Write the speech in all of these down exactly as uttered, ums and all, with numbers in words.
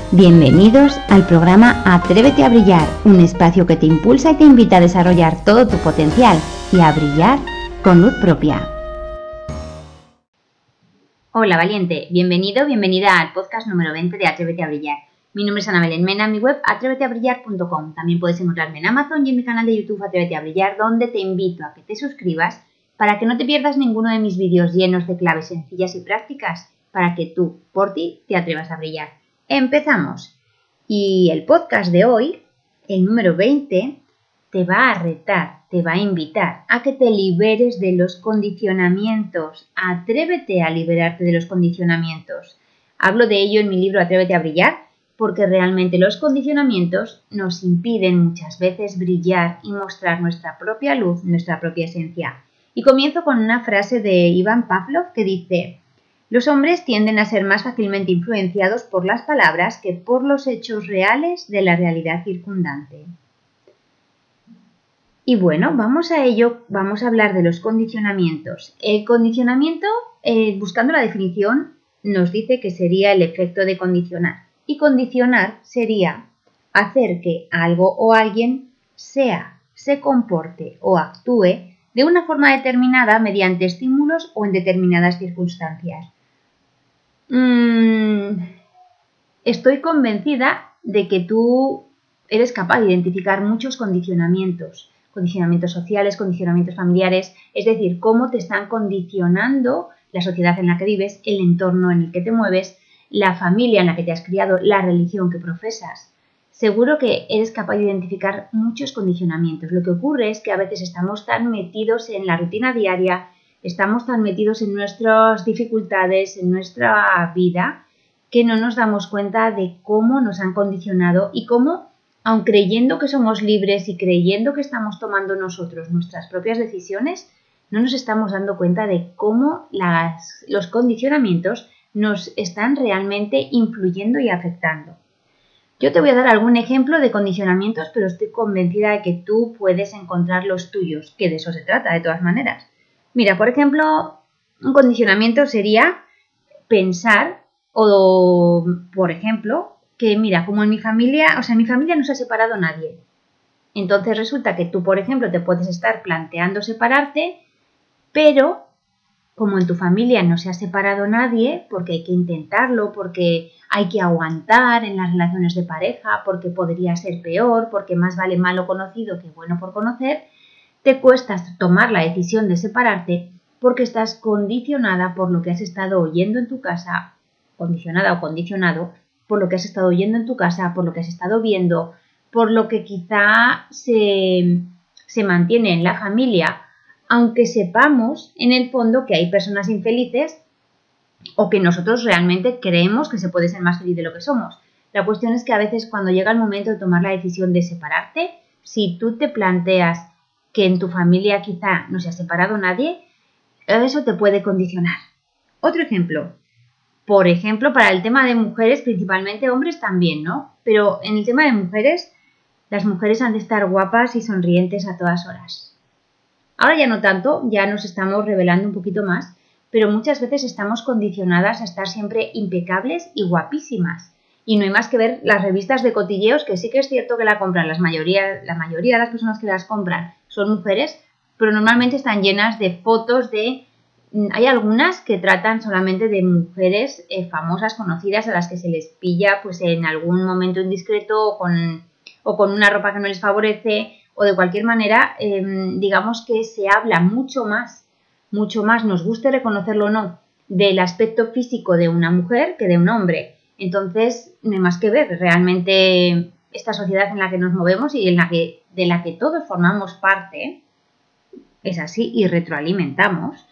Bienvenidos al programa Atrévete a Brillar, un espacio que te impulsa y te invita a desarrollar todo tu potencial y a brillar con luz propia. Hola valiente, bienvenido, bienvenida al podcast número veinte de Atrévete a Brillar. Mi nombre es Ana Belén Mena, en mi web atrévete a brillar punto com. También puedes encontrarme en Amazon y en mi canal de YouTube Atrévete a Brillar, donde te invito a que te suscribas para que no te pierdas ninguno de mis vídeos llenos de claves sencillas y prácticas para que tú, por ti, te atrevas a brillar. ¡Empezamos! Y el podcast de hoy, el número veinte, te va a retar, te va a invitar a que te liberes de los condicionamientos. Atrévete a liberarte de los condicionamientos. Hablo de ello en mi libro Atrévete a Brillar, porque realmente los condicionamientos nos impiden muchas veces brillar y mostrar nuestra propia luz, nuestra propia esencia. Y comienzo con una frase de Iván Pavlov que dice: los hombres tienden a ser más fácilmente influenciados por las palabras que por los hechos reales de la realidad circundante. Y bueno, vamos a ello, vamos a hablar de los condicionamientos. El condicionamiento, eh, buscando la definición, nos dice que sería el efecto de condicionar. Y condicionar sería hacer que algo o alguien sea, se comporte o actúe de una forma determinada mediante estímulos o en determinadas circunstancias. Mm, estoy convencida de que tú eres capaz de identificar muchos condicionamientos, condicionamientos sociales, condicionamientos familiares, es decir, cómo te están condicionando la sociedad en la que vives, el entorno en el que te mueves, la familia en la que te has criado, la religión que profesas. Seguro que eres capaz de identificar muchos condicionamientos. Lo que ocurre es que a veces estamos tan metidos en la rutina diaria, estamos tan metidos en nuestras dificultades, en nuestra vida, que no nos damos cuenta de cómo nos han condicionado y cómo, aun creyendo que somos libres y creyendo que estamos tomando nosotros nuestras propias decisiones, no nos estamos dando cuenta de cómo las, los condicionamientos nos están realmente influyendo y afectando. Yo te voy a dar algún ejemplo de condicionamientos, pero estoy convencida de que tú puedes encontrar los tuyos, que de eso se trata de todas maneras. Mira, por ejemplo, un condicionamiento sería pensar o, por ejemplo, que mira, como en mi familia, o sea, en mi familia no se ha separado nadie. Entonces resulta que tú, por ejemplo, te puedes estar planteando separarte, pero como en tu familia no se ha separado nadie, porque hay que intentarlo, porque hay que aguantar en las relaciones de pareja, porque podría ser peor, porque más vale malo conocido que bueno por conocer, te cuesta tomar la decisión de separarte porque estás condicionada por lo que has estado oyendo en tu casa, condicionada o condicionado, por lo que has estado oyendo en tu casa, por lo que has estado viendo, por lo que quizá se, se mantiene en la familia, aunque sepamos en el fondo que hay personas infelices o que nosotros realmente creemos que se puede ser más feliz de lo que somos. La cuestión es que a veces cuando llega el momento de tomar la decisión de separarte, si tú te planteas que en tu familia quizá no se ha separado nadie, eso te puede condicionar. Otro ejemplo, por ejemplo, para el tema de mujeres, principalmente hombres también, ¿no? Pero en el tema de mujeres, las mujeres han de estar guapas y sonrientes a todas horas. Ahora ya no tanto, ya nos estamos revelando un poquito más, pero muchas veces estamos condicionadas a estar siempre impecables y guapísimas. Y no hay más que ver las revistas de cotilleos, que sí que es cierto que la compran, las mayoría, la mayoría de las personas que las compran son mujeres, pero normalmente están llenas de fotos de... Hay algunas que tratan solamente de mujeres eh, famosas, conocidas, a las que se les pilla pues en algún momento indiscreto o con, o con una ropa que no les favorece, o de cualquier manera, eh, digamos que se habla mucho más, mucho más, nos guste reconocerlo o no, del aspecto físico de una mujer que de un hombre. Entonces, no hay más que ver, realmente esta sociedad en la que nos movemos y en la que, de la que todos formamos parte, es así y retroalimentamos.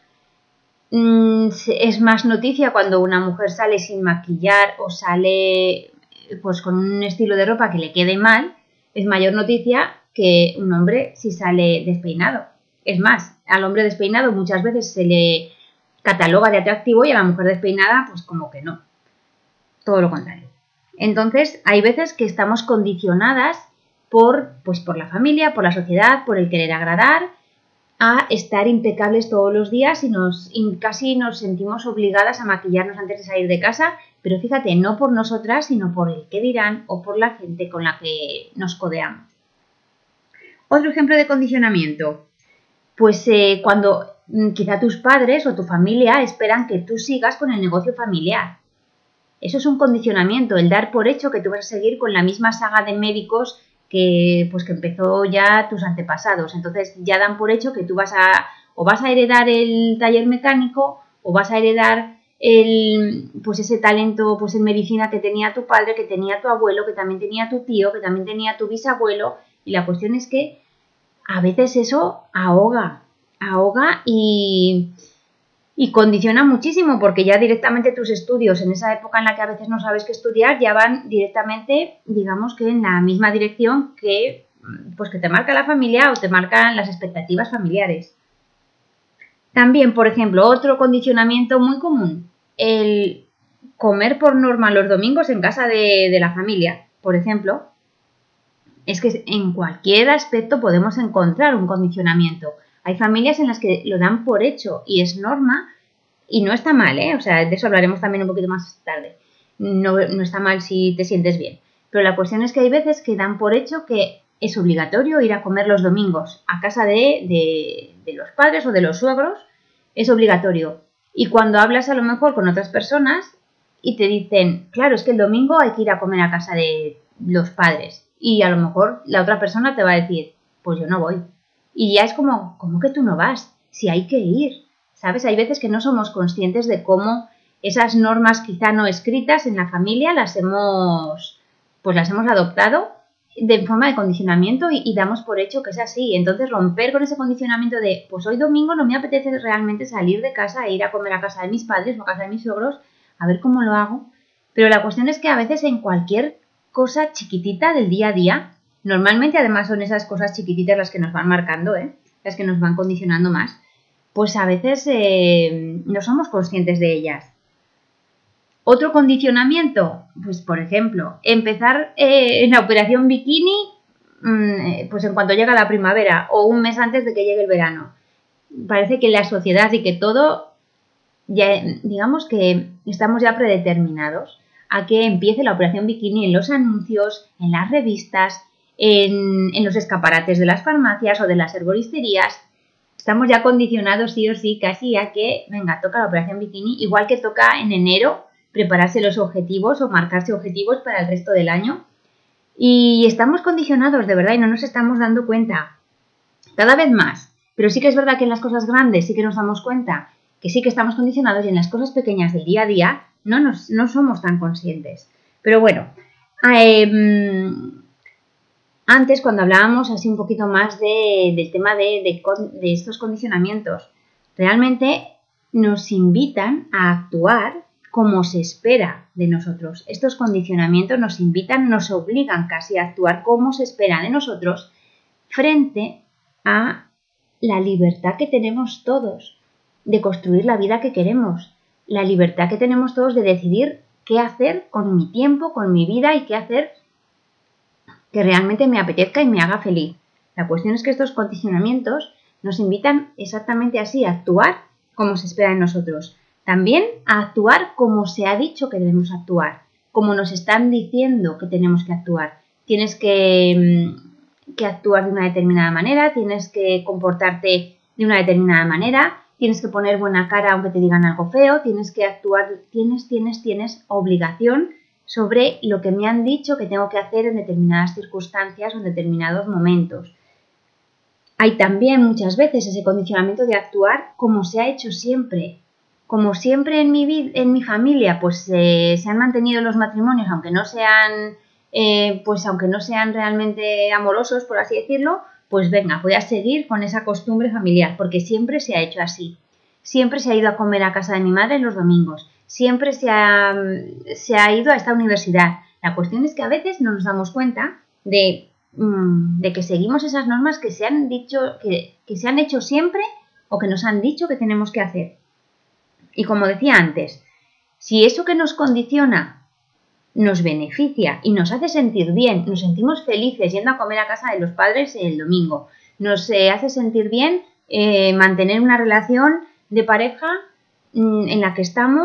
Es más noticia cuando una mujer sale sin maquillar o sale pues con un estilo de ropa que le quede mal, es mayor noticia que un hombre si sale despeinado. Es más, al hombre despeinado muchas veces se le cataloga de atractivo y a la mujer despeinada pues como que no. Todo lo contrario. Entonces, hay veces que estamos condicionadas por, pues, por la familia, por la sociedad, por el querer agradar, a estar impecables todos los días y, nos, y casi nos sentimos obligadas a maquillarnos antes de salir de casa, pero fíjate, no por nosotras, sino por el qué dirán o por la gente con la que nos codeamos. Otro ejemplo de condicionamiento, pues eh, cuando mm, quizá tus padres o tu familia esperan que tú sigas con el negocio familiar. Eso es un condicionamiento, el dar por hecho que tú vas a seguir con la misma saga de médicos que, pues, que empezó ya tus antepasados. Entonces ya dan por hecho que tú vas a, o vas a heredar el taller mecánico o vas a heredar el, pues ese talento pues en medicina que tenía tu padre, que tenía tu abuelo, que también tenía tu tío, que también tenía tu bisabuelo. Y la cuestión es que a veces eso ahoga, ahoga y... Y condiciona muchísimo porque ya directamente tus estudios, en esa época en la que a veces no sabes qué estudiar, ya van directamente, digamos que en la misma dirección que, pues que te marca la familia o te marcan las expectativas familiares. También, por ejemplo, otro condicionamiento muy común, el comer por norma los domingos en casa de, de la familia, por ejemplo. Es que en cualquier aspecto podemos encontrar un condicionamiento. Hay familias en las que lo dan por hecho y es norma y no está mal, ¿eh? O sea, de eso hablaremos también un poquito más tarde. No, no está mal si te sientes bien. Pero la cuestión es que hay veces que dan por hecho que es obligatorio ir a comer los domingos a casa de, de, de los padres o de los suegros. Es obligatorio. Y cuando hablas a lo mejor con otras personas y te dicen, claro, es que el domingo hay que ir a comer a casa de los padres. Y a lo mejor la otra persona te va a decir, pues yo no voy. Y ya es como, ¿cómo que tú no vas? Si hay que ir, ¿sabes? Hay veces que no somos conscientes de cómo esas normas quizá no escritas en la familia las hemos, pues las hemos adoptado de forma de condicionamiento y, y damos por hecho que es así. Entonces romper con ese condicionamiento de, pues hoy domingo no me apetece realmente salir de casa e ir a comer a casa de mis padres o a casa de mis suegros, a ver cómo lo hago. Pero la cuestión es que a veces en cualquier cosa chiquitita del día a día, normalmente además son esas cosas chiquititas las que nos van marcando, ¿eh? Las que nos van condicionando más, pues a veces eh, no somos conscientes de ellas. Otro condicionamiento, pues por ejemplo, empezar eh, en la operación bikini mmm, pues en cuanto llega la primavera o un mes antes de que llegue el verano. Parece que la sociedad y que todo, ya, digamos que estamos ya predeterminados a que empiece la operación bikini en los anuncios, en las revistas, en, en los escaparates de las farmacias o de las herboristerías. Estamos ya condicionados sí o sí casi a que, venga, toca la operación bikini, igual que toca en enero prepararse los objetivos o marcarse objetivos para el resto del año. Y estamos condicionados de verdad y no nos estamos dando cuenta. Cada vez más. Pero sí que es verdad que en las cosas grandes sí que nos damos cuenta que sí que estamos condicionados y en las cosas pequeñas del día a día no, nos, no somos tan conscientes. Pero bueno, eh, antes cuando hablábamos así un poquito más de, del tema de, de, de estos condicionamientos, realmente nos invitan a actuar como se espera de nosotros. Estos condicionamientos nos invitan, nos obligan casi a actuar como se espera de nosotros frente a la libertad que tenemos todos de construir la vida que queremos, la libertad que tenemos todos de decidir qué hacer con mi tiempo, con mi vida y qué hacer que realmente me apetezca y me haga feliz. La cuestión es que estos condicionamientos nos invitan exactamente así, a actuar como se espera de nosotros. También a actuar como se ha dicho que debemos actuar, como nos están diciendo que tenemos que actuar. Tienes que, que actuar de una determinada manera, tienes que comportarte de una determinada manera, tienes que poner buena cara aunque te digan algo feo, tienes que actuar, tienes, tienes, tienes obligación sobre lo que me han dicho que tengo que hacer en determinadas circunstancias o en determinados momentos. Hay también muchas veces ese condicionamiento de actuar como se ha hecho siempre. Como siempre en mi, vida, en mi familia pues eh, se han mantenido los matrimonios, aunque no sean, eh, pues aunque no sean realmente amorosos, por así decirlo, pues venga, voy a seguir con esa costumbre familiar, porque siempre se ha hecho así. Siempre se ha ido a comer a casa de mi madre los domingos. Siempre se ha, se ha ido a esta universidad. La cuestión es que a veces no nos damos cuenta de, de que seguimos esas normas que se han dicho, que, que se han hecho siempre o que nos han dicho que tenemos que hacer. Y como decía antes, si eso que nos condiciona nos beneficia y nos hace sentir bien, nos sentimos felices yendo a comer a casa de los padres el domingo, nos eh, hace sentir bien eh, mantener una relación de pareja en la que estamos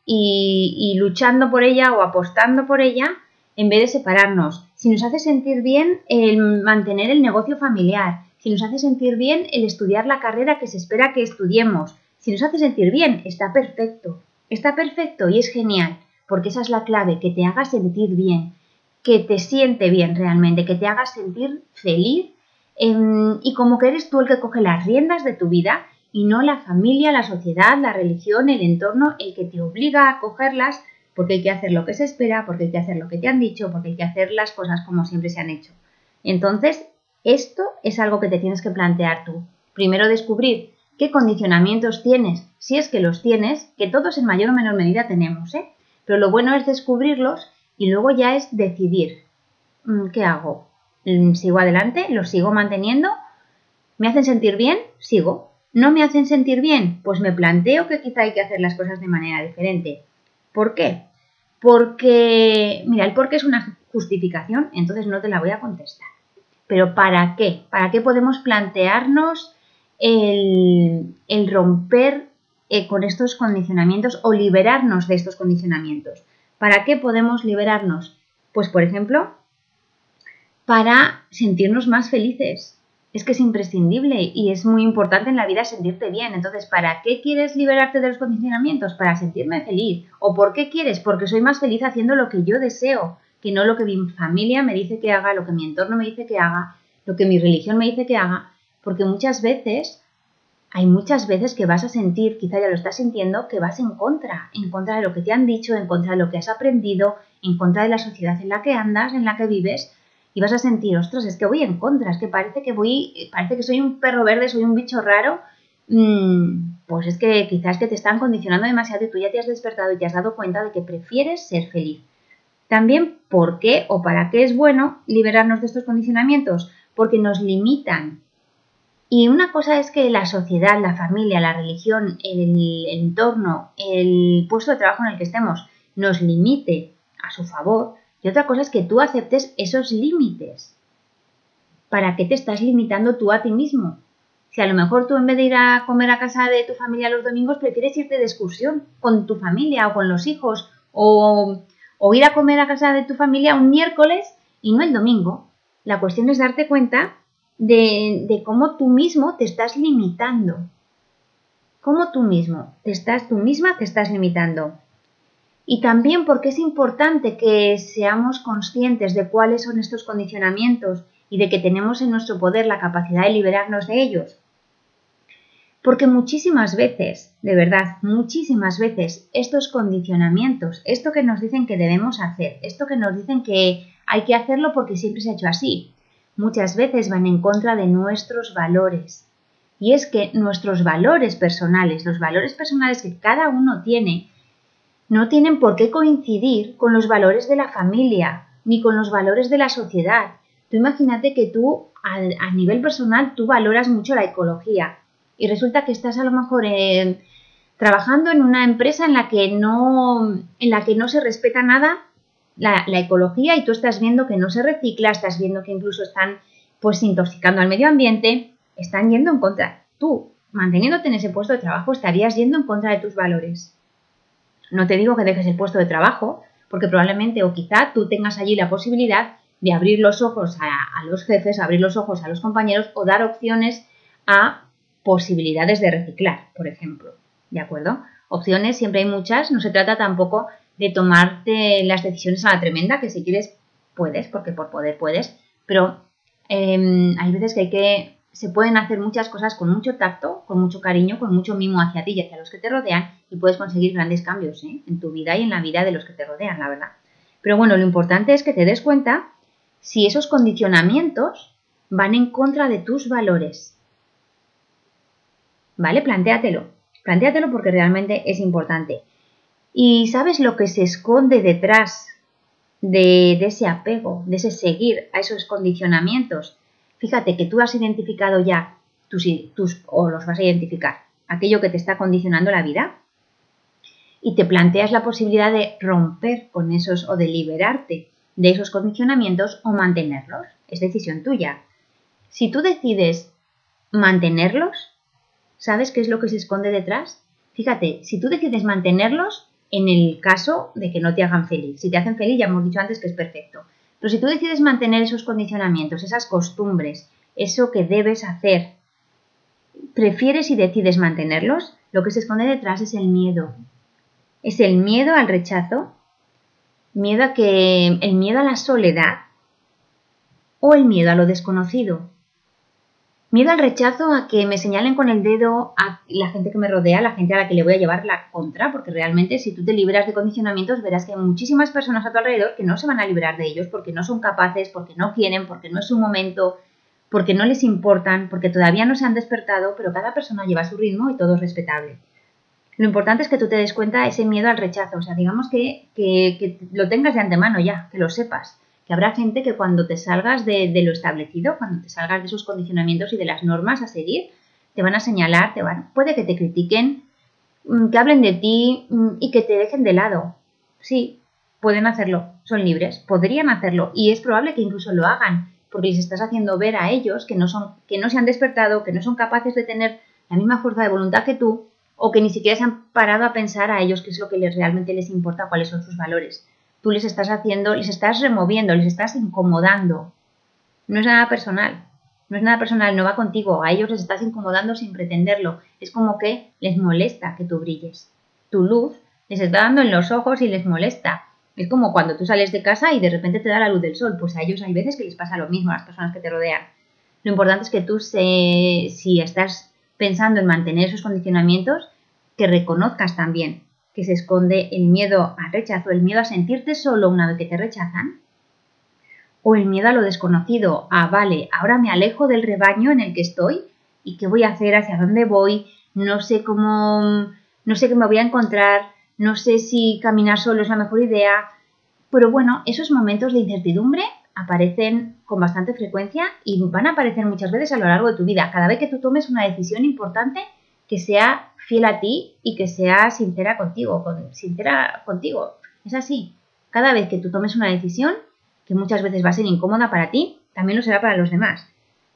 y, y luchando por ella o apostando por ella en vez de separarnos. Si nos hace sentir bien el mantener el negocio familiar, si nos hace sentir bien el estudiar la carrera que se espera que estudiemos, si nos hace sentir bien, está perfecto. Está perfecto y es genial, porque esa es la clave, que te haga sentir bien, que te siente bien realmente, que te haga sentir feliz eh, y como que eres tú el que coge las riendas de tu vida y no la familia, la sociedad, la religión, el entorno, el que te obliga a cogerlas porque hay que hacer lo que se espera, porque hay que hacer lo que te han dicho, porque hay que hacer las cosas como siempre se han hecho. Entonces, esto es algo que te tienes que plantear tú. Primero descubrir qué condicionamientos tienes, si es que los tienes, que todos en mayor o menor medida tenemos, ¿eh? Pero lo bueno es descubrirlos y luego ya es decidir, ¿qué hago? ¿Sigo adelante? ¿Los sigo manteniendo? ¿Me hacen sentir bien? Sigo. ¿No me hacen sentir bien? Pues me planteo que quizá hay que hacer las cosas de manera diferente. ¿Por qué? Porque, mira, el por qué es una justificación, entonces no te la voy a contestar. Pero ¿para qué? ¿Para qué podemos plantearnos el, el romper eh, con estos condicionamientos o liberarnos de estos condicionamientos? ¿Para qué podemos liberarnos? Pues, por ejemplo, para sentirnos más felices. Es que es imprescindible y es muy importante en la vida sentirte bien. Entonces, ¿para qué quieres liberarte de los condicionamientos? Para sentirme feliz. ¿O por qué quieres? Porque soy más feliz haciendo lo que yo deseo, que no lo que mi familia me dice que haga, lo que mi entorno me dice que haga, lo que mi religión me dice que haga. Porque muchas veces, hay muchas veces que vas a sentir, quizá ya lo estás sintiendo, que vas en contra, en contra de lo que te han dicho, en contra de lo que has aprendido, en contra de la sociedad en la que andas, en la que vives. Y vas a sentir, ostras, es que voy en contra, es que parece que voy, parece que soy un perro verde, soy un bicho raro. Mm, pues es que quizás que te están condicionando demasiado y tú ya te has despertado y te has dado cuenta de que prefieres ser feliz. También, ¿por qué o para qué es bueno liberarnos de estos condicionamientos? Porque nos limitan. Y una cosa es que la sociedad, la familia, la religión, el entorno, el puesto de trabajo en el que estemos nos limite a su favor. Y otra cosa es que tú aceptes esos límites. ¿Para qué te estás limitando tú a ti mismo? Si a lo mejor tú en vez de ir a comer a casa de tu familia los domingos prefieres irte de excursión con tu familia o con los hijos o, o ir a comer a casa de tu familia un miércoles y no el domingo. La cuestión es darte cuenta de, de cómo tú mismo te estás limitando. Cómo tú mismo, te estás, tú misma te estás limitando. Y también porque es importante que seamos conscientes de cuáles son estos condicionamientos y de que tenemos en nuestro poder la capacidad de liberarnos de ellos. Porque muchísimas veces, de verdad, muchísimas veces, estos condicionamientos, esto que nos dicen que debemos hacer, esto que nos dicen que hay que hacerlo porque siempre se ha hecho así, muchas veces van en contra de nuestros valores. Y es que nuestros valores personales, los valores personales que cada uno tiene, no tienen por qué coincidir con los valores de la familia, ni con los valores de la sociedad. Tú imagínate que tú, a, a nivel personal, tú valoras mucho la ecología y resulta que estás a lo mejor eh, trabajando en una empresa en la que no, en la que no se respeta nada la, la ecología y tú estás viendo que no se recicla, estás viendo que incluso están pues intoxicando al medio ambiente, están yendo en contra. Tú, manteniéndote en ese puesto de trabajo, estarías yendo en contra de tus valores. No te digo que dejes el puesto de trabajo, porque probablemente o quizá tú tengas allí la posibilidad de abrir los ojos a, a los jefes, abrir los ojos a los compañeros o dar opciones a posibilidades de reciclar, por ejemplo. ¿De acuerdo? Opciones siempre hay muchas, no se trata tampoco de tomarte las decisiones a la tremenda, que si quieres puedes, porque por poder puedes, pero eh, hay veces que hay que se pueden hacer muchas cosas con mucho tacto, con mucho cariño, con mucho mimo hacia ti y hacia los que te rodean y puedes conseguir grandes cambios ¿eh? en tu vida y en la vida de los que te rodean, la verdad. Pero bueno, lo importante es que te des cuenta si esos condicionamientos van en contra de tus valores. ¿Vale? Plantéatelo. Plantéatelo porque realmente es importante. ¿Y sabes lo que se esconde detrás de, de ese apego, de ese seguir a esos condicionamientos? Fíjate que tú has identificado ya, tus, tus, o los vas a identificar, aquello que te está condicionando la vida y te planteas la posibilidad de romper con esos o de liberarte de esos condicionamientos o mantenerlos. Es decisión tuya. Si tú decides mantenerlos, ¿sabes qué es lo que se esconde detrás? Fíjate, si tú decides mantenerlos, en el caso de que no te hagan feliz. Si te hacen feliz, ya hemos dicho antes que es perfecto. Pero si tú decides mantener esos condicionamientos, esas costumbres, eso que debes hacer, prefieres y decides mantenerlos, lo que se esconde detrás es el miedo. Es el miedo al rechazo, miedo a que, el miedo a la soledad o el miedo a lo desconocido. Miedo al rechazo, a que me señalen con el dedo a la gente que me rodea, la gente a la que le voy a llevar la contra, porque realmente si tú te liberas de condicionamientos verás que hay muchísimas personas a tu alrededor que no se van a liberar de ellos porque no son capaces, porque no quieren, porque no es su momento, porque no les importan, porque todavía no se han despertado, pero cada persona lleva su ritmo y todo es respetable. Lo importante es que tú te des cuenta de ese miedo al rechazo, o sea, digamos que, que, que lo tengas de antemano ya, que lo sepas. Que habrá gente que cuando te salgas de, de lo establecido, cuando te salgas de esos condicionamientos y de las normas a seguir, te van a señalar, te van, puede que te critiquen, que hablen de ti y que te dejen de lado. Sí, pueden hacerlo, son libres, podrían hacerlo y es probable que incluso lo hagan, porque les estás haciendo ver a ellos que no, son, que no se han despertado, que no son capaces de tener la misma fuerza de voluntad que tú o que ni siquiera se han parado a pensar a ellos qué es lo que les, realmente les importa, cuáles son sus valores. Tú les estás haciendo, les estás removiendo, les estás incomodando. No es nada personal, no es nada personal, no va contigo, a ellos les estás incomodando sin pretenderlo. Es como que les molesta que tú brilles. Tu luz les está dando en los ojos y les molesta. Es como cuando tú sales de casa y de repente te da la luz del sol, pues a ellos hay veces que les pasa lo mismo, a las personas que te rodean. Lo importante es que tú, se, si estás pensando en mantener esos condicionamientos, que reconozcas también que se esconde el miedo al rechazo, el miedo a sentirte solo una vez que te rechazan, o el miedo a lo desconocido, a vale, ahora me alejo del rebaño en el que estoy y qué voy a hacer, hacia dónde voy, no sé cómo, no sé qué me voy a encontrar, no sé si caminar solo es la mejor idea, pero bueno, esos momentos de incertidumbre aparecen con bastante frecuencia y van a aparecer muchas veces a lo largo de tu vida, cada vez que tú tomes una decisión importante que sea fiel a ti y que sea sincera contigo, con, sincera contigo. Es así. Cada vez que tú tomes una decisión, que muchas veces va a ser incómoda para ti, también lo será para los demás.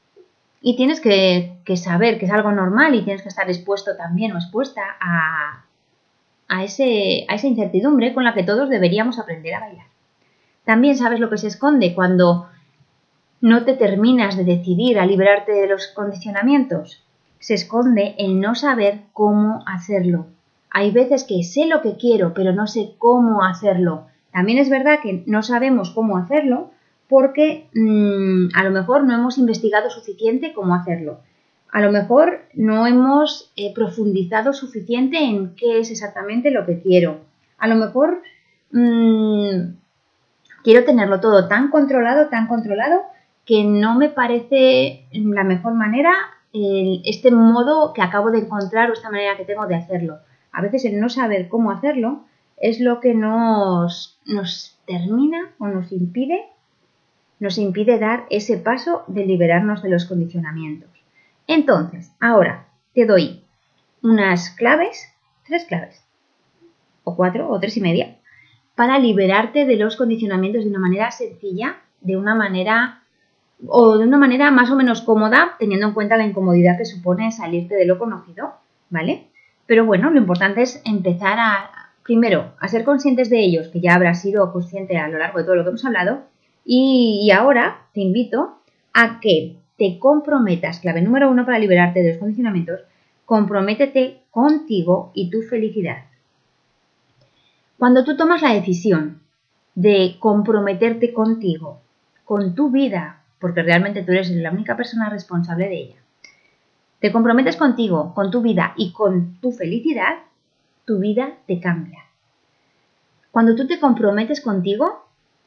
Y tienes que, que saber que es algo normal y tienes que estar expuesto también o expuesta a, a, ese, a esa incertidumbre con la que todos deberíamos aprender a bailar. También sabes lo que se esconde cuando no te terminas de decidir a liberarte de los condicionamientos. Se esconde el no saber cómo hacerlo. Hay veces que sé lo que quiero, pero no sé cómo hacerlo. También es verdad que no sabemos cómo hacerlo porque mmm, a lo mejor no hemos investigado suficiente cómo hacerlo. A lo mejor no hemos eh, profundizado suficiente en qué es exactamente lo que quiero. A lo mejor mmm, quiero tenerlo todo tan controlado, tan controlado, que no me parece la mejor manera el, este modo que acabo de encontrar o esta manera que tengo de hacerlo. A veces el no saber cómo hacerlo es lo que nos, nos termina o nos impide, nos impide dar ese paso de liberarnos de los condicionamientos. Entonces, ahora te doy unas claves, tres claves, o cuatro, o tres y media, para liberarte de los condicionamientos de una manera sencilla, de una manera o de una manera más o menos cómoda, teniendo en cuenta la incomodidad que supone salirte de lo conocido, ¿vale? Pero bueno, lo importante es empezar a, primero, a ser conscientes de ellos, que ya habrás sido consciente a lo largo de todo lo que hemos hablado, y, y ahora te invito a que te comprometas, clave número uno para liberarte de los condicionamientos, comprométete contigo y tu felicidad. Cuando tú tomas la decisión de comprometerte contigo, con tu vida, porque realmente tú eres la única persona responsable de ella, te comprometes contigo, con tu vida y con tu felicidad, tu vida te cambia. Cuando tú te comprometes contigo,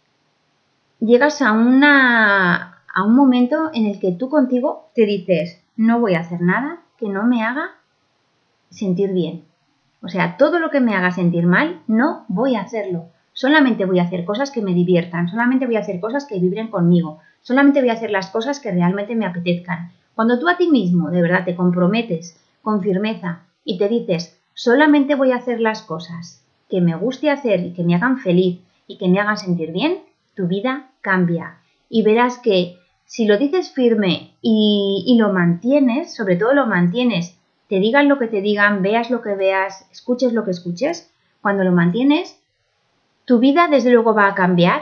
llegas a, una, a un momento en el que tú contigo te dices, no voy a hacer nada que no me haga sentir bien. O sea, todo lo que me haga sentir mal, no voy a hacerlo. Solamente voy a hacer cosas que me diviertan, solamente voy a hacer cosas que vibren conmigo, solamente voy a hacer las cosas que realmente me apetezcan. Cuando tú a ti mismo de verdad te comprometes con firmeza y te dices, solamente voy a hacer las cosas que me guste hacer y que me hagan feliz y que me hagan sentir bien, tu vida cambia. Y verás que si lo dices firme y, y lo mantienes, sobre todo lo mantienes, te digan lo que te digan, veas lo que veas, escuches lo que escuches, cuando lo mantienes, tu vida desde luego va a cambiar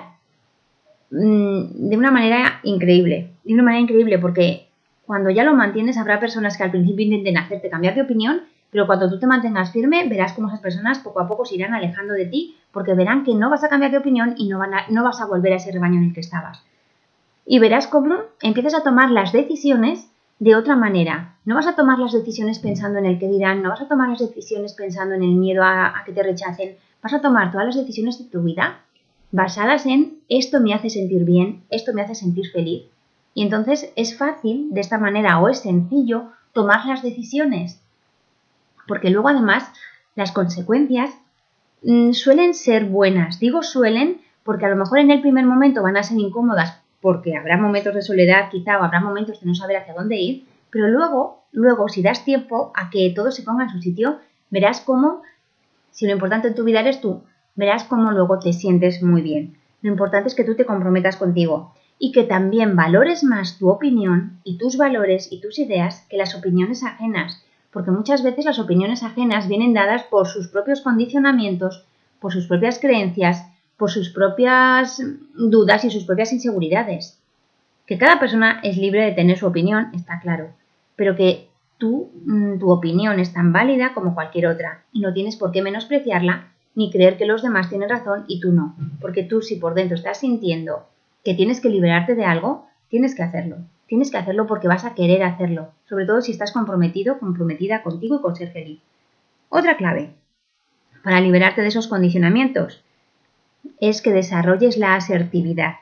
mmm, de una manera increíble. De una manera increíble porque cuando ya lo mantienes habrá personas que al principio intenten hacerte cambiar de opinión, pero cuando tú te mantengas firme verás cómo esas personas poco a poco se irán alejando de ti porque verán que no vas a cambiar de opinión y no, van a, no vas a volver a ese rebaño en el que estabas. Y verás cómo empiezas a tomar las decisiones de otra manera. No vas a tomar las decisiones pensando en el que dirán, no vas a tomar las decisiones pensando en el miedo a, a que te rechacen. Vas a tomar todas las decisiones de tu vida basadas en esto me hace sentir bien, esto me hace sentir feliz. Y entonces es fácil de esta manera o es sencillo tomar las decisiones. Porque luego además las consecuencias mmm, suelen ser buenas. Digo suelen porque a lo mejor en el primer momento van a ser incómodas porque habrá momentos de soledad quizá o habrá momentos de no saber hacia dónde ir, pero luego, luego si das tiempo a que todo se ponga en su sitio, verás cómo, si lo importante en tu vida eres tú, verás cómo luego te sientes muy bien. Lo importante es que tú te comprometas contigo y que también valores más tu opinión y tus valores y tus ideas que las opiniones ajenas, porque muchas veces las opiniones ajenas vienen dadas por sus propios condicionamientos, por sus propias creencias, por sus propias dudas y sus propias inseguridades. Que cada persona es libre de tener su opinión, está claro, pero que tú, tu opinión es tan válida como cualquier otra y no tienes por qué menospreciarla ni creer que los demás tienen razón y tú no, porque tú si por dentro estás sintiendo que tienes que liberarte de algo, tienes que hacerlo. Tienes que hacerlo porque vas a querer hacerlo, sobre todo si estás comprometido, comprometida contigo y con ser feliz. Otra clave para liberarte de esos condicionamientos es que desarrolles la asertividad.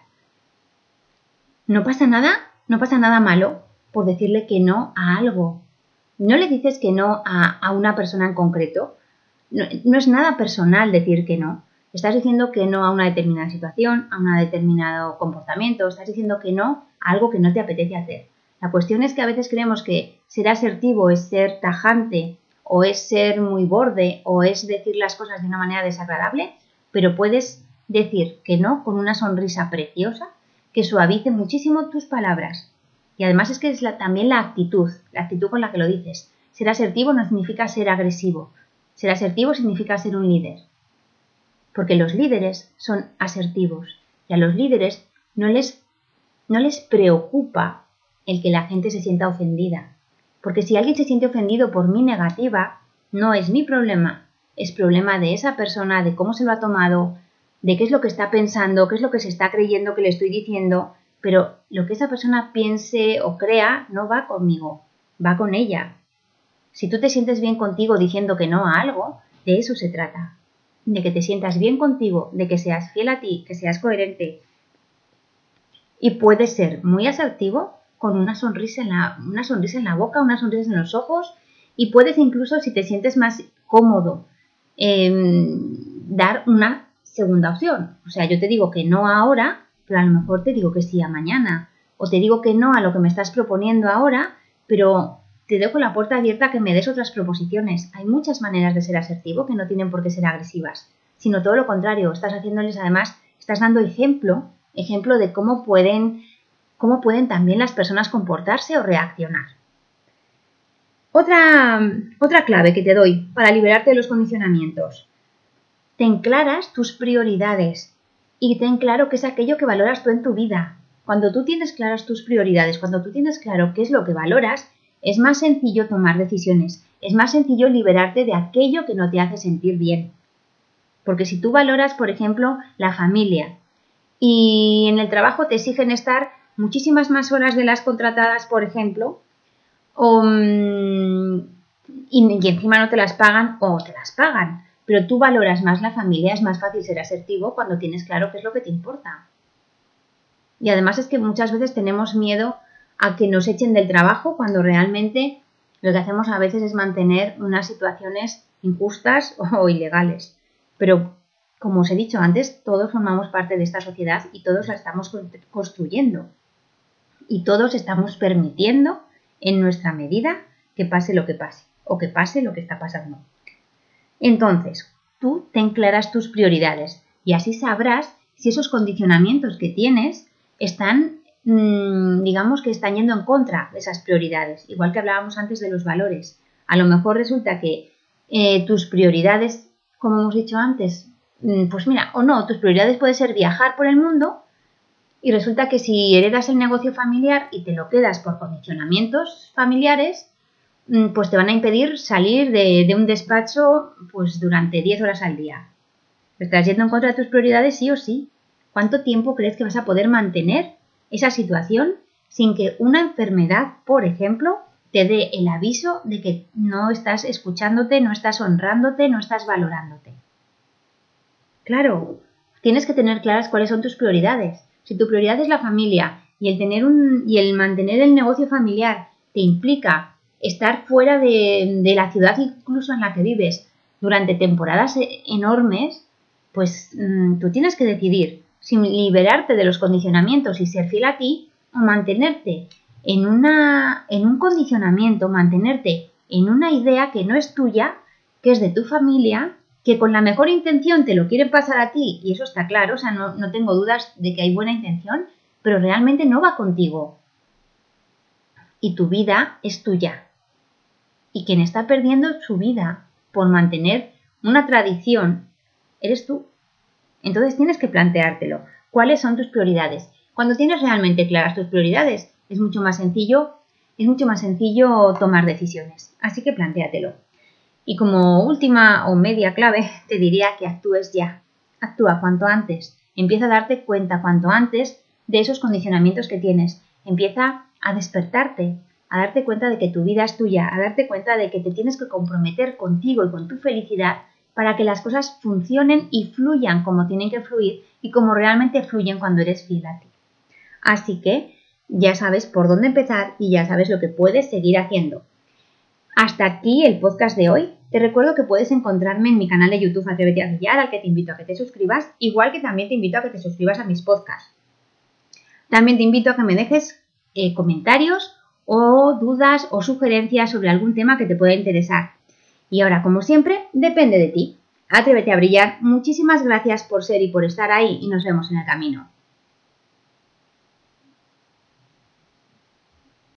No pasa nada, no pasa nada malo por decirle que no a algo. No le dices que no a, a una persona en concreto. No, no es nada personal decir que no. Estás diciendo que no a una determinada situación, a un determinado comportamiento. Estás diciendo que no a algo que no te apetece hacer. La cuestión es que a veces creemos que ser asertivo es ser tajante o es ser muy borde o es decir las cosas de una manera desagradable, pero puedes decir que no con una sonrisa preciosa que suavice muchísimo tus palabras. Y además es que es la, también la actitud, la actitud con la que lo dices. Ser asertivo no significa ser agresivo. Ser asertivo significa ser un líder. Porque los líderes son asertivos y a los líderes no les, no les preocupa el que la gente se sienta ofendida. Porque si alguien se siente ofendido por mi negativa, no es mi problema, es problema de esa persona, de cómo se lo ha tomado, de qué es lo que está pensando, qué es lo que se está creyendo que le estoy diciendo, pero lo que esa persona piense o crea no va conmigo, va con ella. Si tú te sientes bien contigo diciendo que no a algo, de eso se trata, de que te sientas bien contigo, de que seas fiel a ti, que seas coherente. Y puedes ser muy asertivo con una sonrisa en la, una sonrisa en la boca, una sonrisa en los ojos, y puedes incluso, si te sientes más cómodo, eh, dar una segunda opción. O sea, yo te digo que no ahora, pero a lo mejor te digo que sí a mañana. O te digo que no a lo que me estás proponiendo ahora, pero te dejo la puerta abierta a que me des otras proposiciones. Hay muchas maneras de ser asertivo que no tienen por qué ser agresivas, sino todo lo contrario. Estás haciéndoles, además, estás dando ejemplo, ejemplo de cómo pueden, cómo pueden también las personas comportarse o reaccionar. Otra, otra clave que te doy para liberarte de los condicionamientos. Ten claras tus prioridades y ten claro qué es aquello que valoras tú en tu vida. Cuando tú tienes claras tus prioridades, cuando tú tienes claro qué es lo que valoras, es más sencillo tomar decisiones, es más sencillo liberarte de aquello que no te hace sentir bien. Porque si tú valoras, por ejemplo, la familia y en el trabajo te exigen estar muchísimas más horas de las contratadas, por ejemplo, o, y, y encima no te las pagan o te las pagan, pero tú valoras más la familia, es más fácil ser asertivo cuando tienes claro qué es lo que te importa. Y además es que muchas veces tenemos miedo a que nos echen del trabajo cuando realmente lo que hacemos a veces es mantener unas situaciones injustas o ilegales. Pero, como os he dicho antes, todos formamos parte de esta sociedad y todos la estamos construyendo. Y todos estamos permitiendo, en nuestra medida, que pase lo que pase o que pase lo que está pasando. Entonces, tú ten claras tus prioridades y así sabrás si esos condicionamientos que tienes están, mmm, digamos que están yendo en contra de esas prioridades, igual que hablábamos antes de los valores. A lo mejor resulta que eh, tus prioridades como hemos dicho antes, pues mira, o no, tus prioridades pueden ser viajar por el mundo y resulta que si heredas el negocio familiar y te lo quedas por condicionamientos familiares, pues te van a impedir salir de, de un despacho pues durante diez horas al día. ¿Estás yendo en contra de tus prioridades sí o sí? ¿Cuánto tiempo crees que vas a poder mantener esa situación sin que una enfermedad, por ejemplo, te dé el aviso de que no estás escuchándote, no estás honrándote, no estás valorándote? Claro, tienes que tener claras cuáles son tus prioridades. Si tu prioridad es la familia y el, tener un, y el mantener el negocio familiar te implica estar fuera de, de la ciudad incluso en la que vives durante temporadas enormes, pues mmm, tú tienes que decidir si liberarte de los condicionamientos y ser fiel a ti o mantenerte en, una, en un condicionamiento, mantenerte en una idea que no es tuya, que es de tu familia, que con la mejor intención te lo quieren pasar a ti, y eso está claro, o sea, no, no tengo dudas de que hay buena intención, pero realmente no va contigo. Y tu vida es tuya. Y quien está perdiendo su vida por mantener una tradición, eres tú. Entonces tienes que planteártelo. ¿Cuáles son tus prioridades? Cuando tienes realmente claras tus prioridades, es mucho más sencillo, es mucho más sencillo tomar decisiones. Así que plantéatelo. Y como última o media clave, te diría que actúes ya. Actúa cuanto antes. Empieza a darte cuenta cuanto antes de esos condicionamientos que tienes. Empieza a despertarte, a darte cuenta de que tu vida es tuya, a darte cuenta de que te tienes que comprometer contigo y con tu felicidad para que las cosas funcionen y fluyan como tienen que fluir y como realmente fluyen cuando eres fiel a ti. Así que ya sabes por dónde empezar y ya sabes lo que puedes seguir haciendo. Hasta aquí el podcast de hoy. Te recuerdo que puedes encontrarme en mi canal de YouTube Atrévete a Brillar, al que te invito a que te suscribas, igual que también te invito a que te suscribas a mis podcasts. También te invito a que me dejes eh, comentarios o dudas o sugerencias sobre algún tema que te pueda interesar. Y ahora, como siempre, depende de ti. Atrévete a brillar. Muchísimas gracias por ser y por estar ahí y nos vemos en el camino.